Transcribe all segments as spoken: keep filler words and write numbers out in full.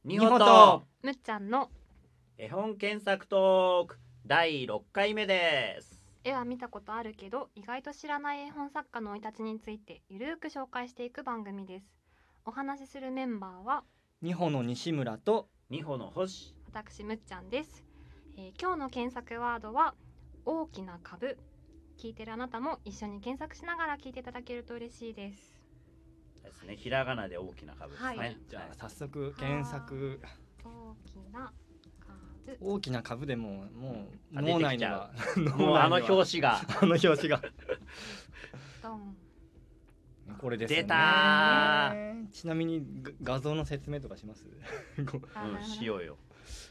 みほとむっちゃんの絵本検索トークだいろっかいめです。 絵は見たことあるけど意外と知らない絵本作家の生い立ちについてゆるく紹介していく番組です。お話しするメンバーはみほの西村とみほの星、 私むっちゃんです。えー、今日の検索ワードは大きな株。聞いてるあなたも一緒に検索しながら聞いていただけると嬉しいです。 ですね、ひらがなで大きな株ですね。 はい、 じゃあ早速検索。 大きな株。 大きな株でももうあ脳内にはもうあの表紙があの表紙がドン。 これですね。 出たー。 ちなみに画像の説明とかしますうん、しようよ。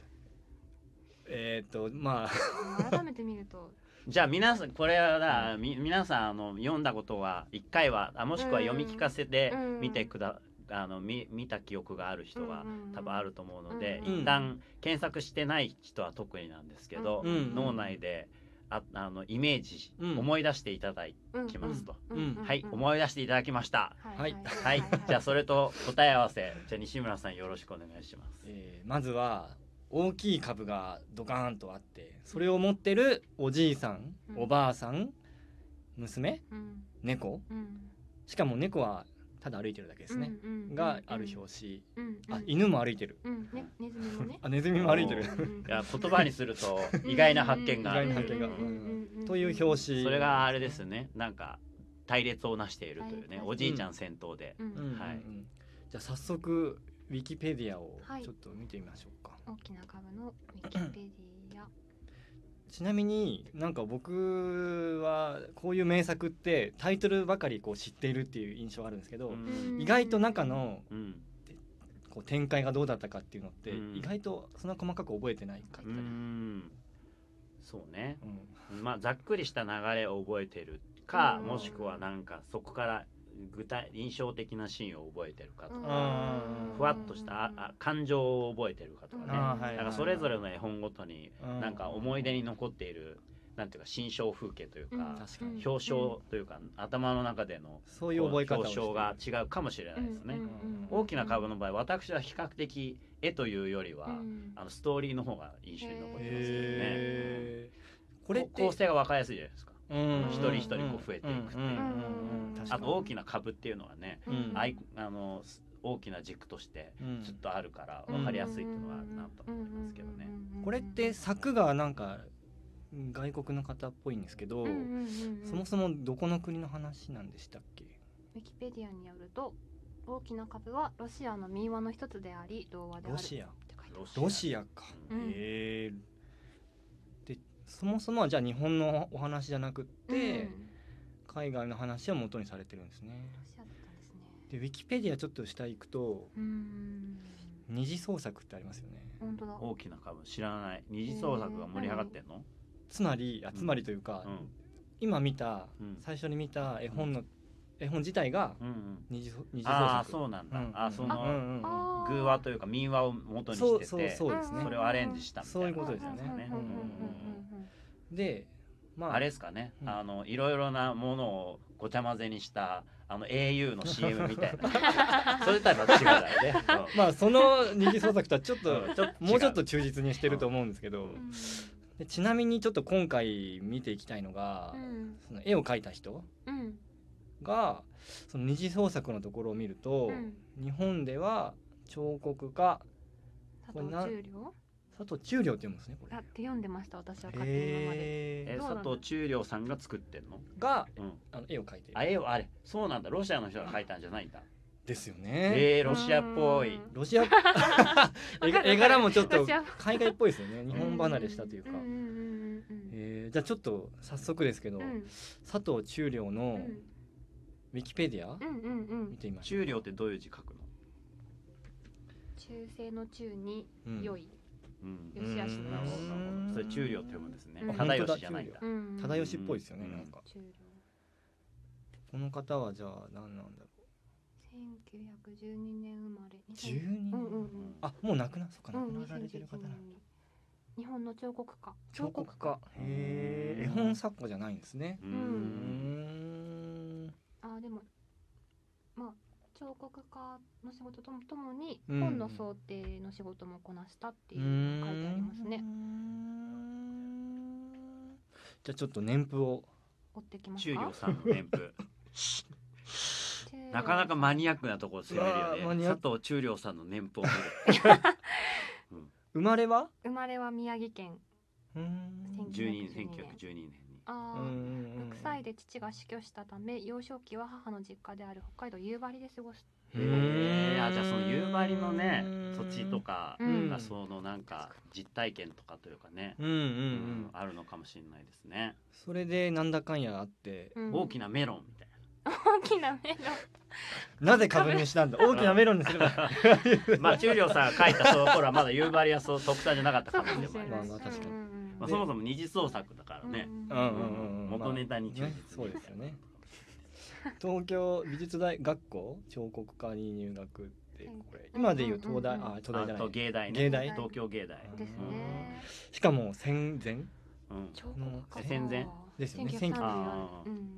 えっとまあ改めて見るとじゃあ皆さんこれはだ、うん、み皆さんあの読んだことはいっかいはあもしくは読み聞かせて見てくだ、うん、あの 見, 見た記憶がある人が多分あると思うので、うんうん、一旦検索してない人は特になんですけど、うんうん、脳内でああのイメージ、うん、思い出していただきますと、うんうん、はい、思い出していただきました。はい、はい、じゃあそれと答え合わせ、じゃあ西村さんよろしくお願いします。 えー、まずは大きい株がドカーンとあってそれを持ってるおじいさん、うん、おばあさん、娘、うん、猫、うん、しかも猫はただ歩いてるだけですね、うんうん、がある表紙、うんうん、あ犬も歩いてる、うんね、 ネズミもねあネズミも歩いてるいや言葉にすると意外な発見がある意外な発見が、うんうん、という表紙それがあれですね、なんか隊列をなしているというね、おじいちゃん先頭で、 うんうんはい、じゃあ早速ウィキペディアをちょっと見てみましょうか、 はい、大きな株のウィキペディアちなみになんか僕はこういう名作ってタイトルばかりこう知っているっていう印象があるんですけど、意外と中のこう展開がどうだったかっていうのって意外とそんな細かく覚えてないかったり、うん、 そうね、うん、まあざっくりした流れを覚えてるか、もしくはなんかそこから具体印象的なシーンを覚えてるかとか、ふわっとしたあ感情を覚えてるかとかね、なんかそれぞれの絵本ごとになんか思い出に残っているなんていうか心象風景というか、表彰というか頭の中でのそういう覚え方を表彰が違うかもしれないですね。大きな株の場合、私は比較的絵というよりはあのストーリーの方が印象に残ってますけどね。これ構成が分かりやすいじゃないですか。一人一人こう増えていくっていう、あと大きな株っていうのはね、うん、あいあの大きな軸としてずっとあるから分かりやすいっていうのがあるなと思いますけどね。 これって作がなんか外国の方っぽいんですけど、そもそもどこの国の話なんでしたっけ？ ウィキペディアによると大きな株はロシアの民話の一つであり童話である。 ロシアロシアか、うん、へー。そもそもはじゃあ日本のお話じゃなくって、うん、海外の話を元にされてるんですね。 ロシアだったんですね。 でウィキペディアちょっと下行くと、うん、二次創作ってありますよね。 本当だ。 大きな株知らない。二次創作が盛り上がってんの？ つまりあつまりというか、うん、今見た、うん、最初に見た絵本の、うん、絵本自体が二次、うんうん、二次創作。 ああそうなんだ、うん、あその、うんうんうん、偶話というか民話を元にしてて、 そうそうそうですね、 それをアレンジしたみたいな、 そういうことですよね。で、 まあ、あれですかね、うん、あのいろいろなものをごちゃ混ぜにしたあの エーユー の シーエム みたいなそれとは違うだろうね、 うん、まあその二次創作とはちょっと、うん、ちょもうちょっと忠実にしてると思うんですけど、うん、でちなみにちょっと今回見ていきたいのが、うん、その絵を描いた人がその二次創作のところを見ると、うん、日本では彫刻家佐藤忠良佐藤忠良って読むんですね。これあって読んでました、私は勝手に今まで。 え佐藤忠良さんが作ってんのが、うん、あの絵を描いてる。 あ絵をあれそうなんだ、ロシアの人が描いたんじゃないんだ。 ですよね。 えー、ロシアっぽい。 ロシア絵柄もちょっと海外っぽいですよね。日本離れしたというか。えー、じゃあちょっと早速ですけど、うん、佐藤忠良のウィキペディア、うん、見てみましょう。 忠良ってどういう字書くの？ 忠誠の忠に良い。 うん、 よしあしのよし、 それ忠良って読むんですね。忠義じゃないんだ。 忠義っぽいですよね、なんか。この方はじゃあ何なんだろう。 せんきゅうひゃくじゅうにねん生まれ。 じゅうにねん、うんうんうん、あ、もう亡くなそうかな、亡くなられてる方なんだ。 日本の彫刻家。 彫刻家。へえ、絵本作家じゃないんですね。 うん。うんあ、でもまあ彫刻刻家の仕事とともに本の想定の仕事もこなしたっていうのが書いてありますね。 じゃあちょっと年譜を追ってきます中か。 良さんの年譜なかなかマニアックなところ攻めるよね。佐藤中良さんの年譜を見る、 うん、生まれは生まれは宮城県じゅうにせんきゅうひゃくじゅうにねんにあろくさいで父が死去したため幼少期は母の実家である北海道夕張で過ごす。 へえ、あ、じゃあその夕張のね土地とかがそのなんか実体験とかというかね、うんうんうん、あるのかもしれないですね。 それでなんだかんやあって、 うん、大きなメロンみたいな大きなメロンなぜ株にしたんだ大きなメロンにすればまあ中良さんが書いたその頃はまだ夕張はそう特産じゃなかったかもしれない。 まあまあ確かに、 まあ、そもそも二次創作だからね、うんうんうん、元ネタに忠実、まあね、 そうですよね東京美術大学校彫刻科に入学ってこれ今でいう東大、うんうんうん、あ東大じゃない芸大ね、 芸大東京芸大ですね。 しかも戦前、うん、 戦前ですよね。せんきゅうひゃくうんうん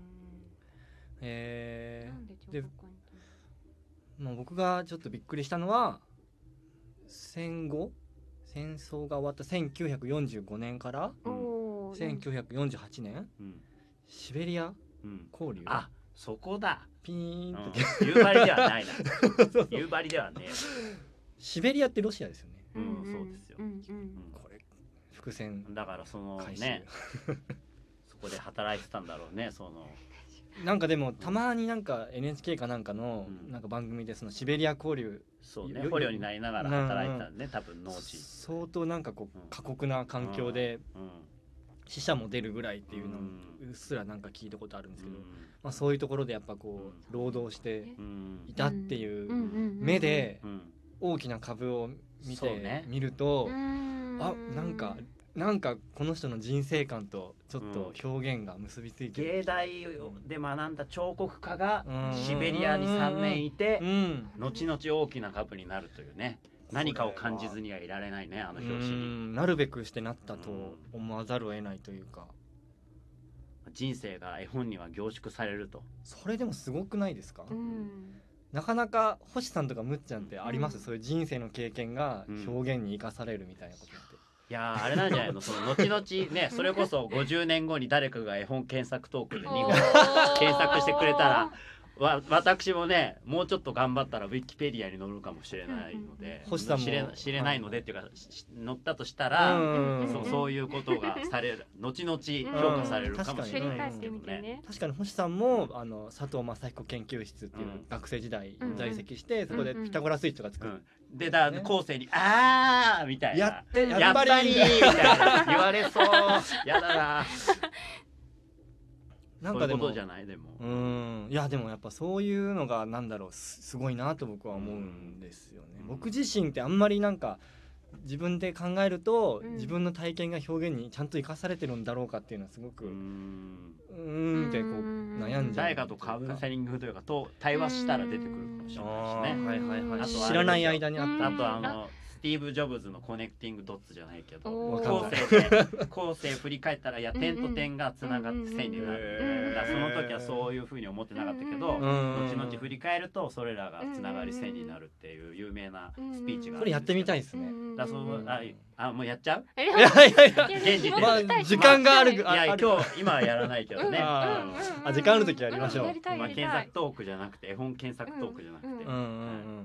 えー、で、まあ、僕がちょっとびっくりしたのは戦後戦争が終わったせんきゅうひゃくよんじゅうごねんから、うん、せんきゅうひゃくよんじゅうはちねん、うん、シベリア、うん、交流、 あ、そこだピーンと、 うん、夕張ではないな夕張ではねシベリアってロシアですよね。 うん、うん、そうですよ、うんうん、 これ伏線だからそのねそこで働いてたんだろうね。そのなんかでもたまになんか エヌエイチケー かなんかのなんか番組でそのシベリア交流、 そうね、捕虜になりながら働いてたんで、多分農地相当なんかこう過酷な環境で死者も出るぐらいっていうのをうっすらなんか聞いたことあるんですけど、まあそういうところでやっぱこう労働していたっていう目で大きな株を見てみると、あ、なんかなんかこの人の人生観とちょっと表現が結びついてる、 うん、芸大で学んだ彫刻家がシベリアにさんねんいて、うん、後々大きな株になるというね、何かを感じずにはいられないね、あの表紙に。 なるべくしてなったと思わざるを得ないというか、 人生が絵本には凝縮されると。 それでもすごくないですか、うん、なかなか星さんとかむっちゃんってあります、うん、そういう人生の経験が表現に生かされるみたいなことって。 いやあれなんじゃないの、その後々ね、それこそごじゅうねんごに誰かが絵本検索トークでにほん検索してくれたら、わ私もねもうちょっと頑張ったらウィキペディアに載るかもしれないので、 星さんも知れ、知れないのでっていうか、載ったとしたら、うんそ, そういうことがされる後々評価されるかもしれないですけどね。 確かに星さんもあの佐藤正彦研究室っていう学生時代在籍して、うん、そこでピタゴラスイッチとか作る、うんでだ後世にあーみたいな、 やってやっぱりみたいな言われそうやだななんかでもそういうことじゃない。でもうんいやでもやっぱそういうのがなんだろう す, すごいなと僕は思うんですよね、うん、僕自身ってあんまりなんか自分で考えると、うん、自分の体験が表現にちゃんと生かされてるんだろうかっていうのはすごくうんうんってこう悩んじゃう。 誰かとカウンセリングというかと対話したら出てくるかもしれないしね。 はいはいはい、あと知らない間にあった。 あとあのスティーブ・ジョブズのコネクティングドッツじゃないけど、後世で後世振り返ったらいや点と点がつながって線になる。だからその時はそういうふうに思ってなかったけど、後々振り返るとそれらがつながり線になるっていう有名なスピーチがあるんですけど。 これやってみたいですね。 だそうああもうやっちゃう？ いやいやいや現時点で、 まあ、時間がある。 まあ、いや今日今はやらないけどね。 ああ時間ある時やりましょう。 まあ検索トークじゃなくて絵本検索トークじゃなくて、うんうんうん、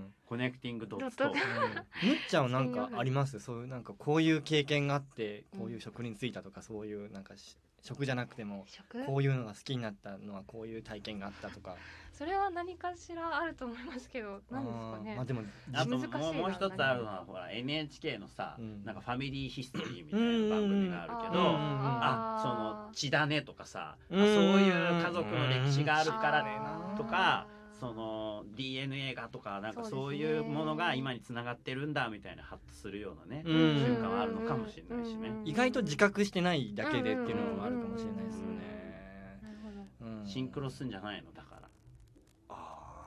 コネクティングドッツトーク。むっちゃんなんかあります？そういうなんかこういう経験があってこういう職に就いたとか、そういうなんか職じゃなくてもこういうのが好きになったのはこういう体験があったとか。 それは何かしらあると思いますけど、何ですかね。 あ, あでもあともうもう一つあるのはほら エヌエイチケー のさ、うん、なんかファミリーヒストリーみたいな番組があるけど、あ, あその血だねとかさ、そういう家族の歴史があるからとか、その ディーエヌエー がとかなんかそういうものが今につながってるんだみたいなハッとするようなね瞬間はあるのかもしれないしね。 意外と自覚してないだけでっていうのもあるかもしれないですよね。 シンクロすんじゃないのだから。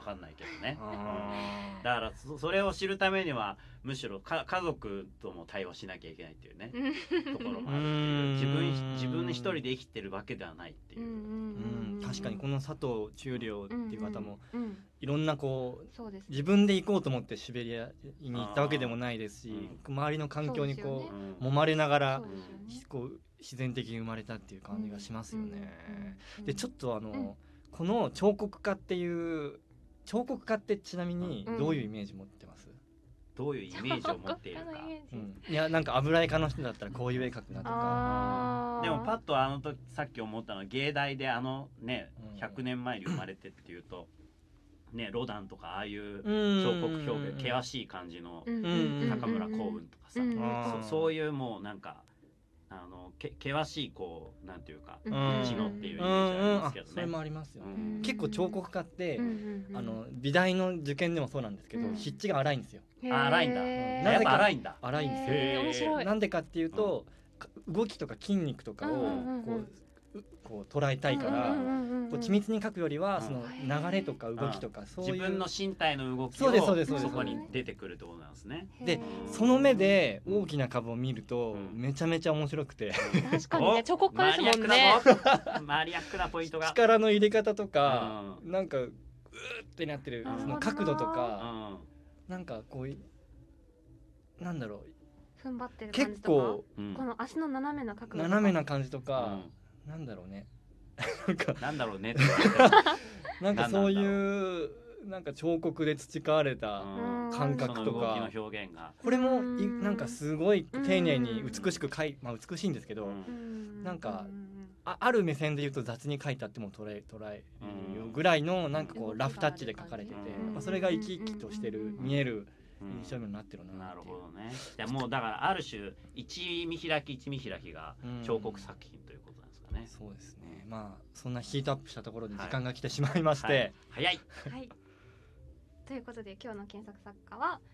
かんないけどね、うん、だからそそれを知るためにはむしろか家族とも対話しなきゃいけないっていうねところもあるっていう自分自分一人で生きてるわけではないっていう、うんうん、確かにこの佐藤忠良っていう方もいろんなこう、そうです、自分で行こうと思ってシベリアに行ったわけでもないですし、うん、周りの環境にこう、ね、揉まれながら、ね、こう自然的に生まれたっていう感じがしますよね、うん、でちょっとあの、うん、この彫刻家っていう彫刻家ってちなみにどういうイメージ持ってます？ どういうイメージを持っているか、 うん、いやなんか油絵家の人だったらこういう絵描くなとか、 でもパッとあの時さっき思ったのは芸大であのねひゃくねんまえに生まれてっていうと、ね、ロダンとかああいう彫刻表現険しい感じの坂村光雲とかさ、そ, そういうもうなんかあのけ険しいこうなんていうか知能っていうイメージありますけどね。 それもありますよね、うん、結構彫刻家って、うんうんうん、あの美大の受験でもそうなんですけど、うん、筆致が荒いんですよ。 あ荒いんだ、うん、なぜか荒いんだ荒いんですよ。面白い。なんでかっていうと、うん、動きとか筋肉とかをこう、うんうんうんこう捉えたいから、うんうんうんうん、こう緻密に描くよりはその流れとか動きとか、うん、そういう自分の身体の動きをそこに出てくるってことなんですね。 でその目で大きな株を見るとめちゃめちゃ面白くて、 うん、確かにね彫刻家ですもんね。 マニアックなポイントが力の入れ方とか、うん、なんかうーってなってるその角度とか、うん、なんかこうなんだろう踏ん張ってる感じとか結構、うん、この足の斜めな角度とか斜めな感じとか、うん、なんだろうねなんかなんだろうねなんかそういうなんか彫刻で培われた感覚とか、 の表現がこれもなんかすごい丁寧に美しく描い、まあ美しいんですけど、なんか あ, ある目線で言うと雑に描いたっても捉え捉えるぐらいのなんかこうラフタッチで描かれてて、まあそれが生き生きとしてる見える印象になってるな。 なるほどね。じゃあもうだからある種一見開き一見開きが彫刻作品ということなんですかね。 そうですね。まあそんなヒートアップしたところで時間が来てしまいまして、 はいはい、早い、 はい、ということで今日の検索作家は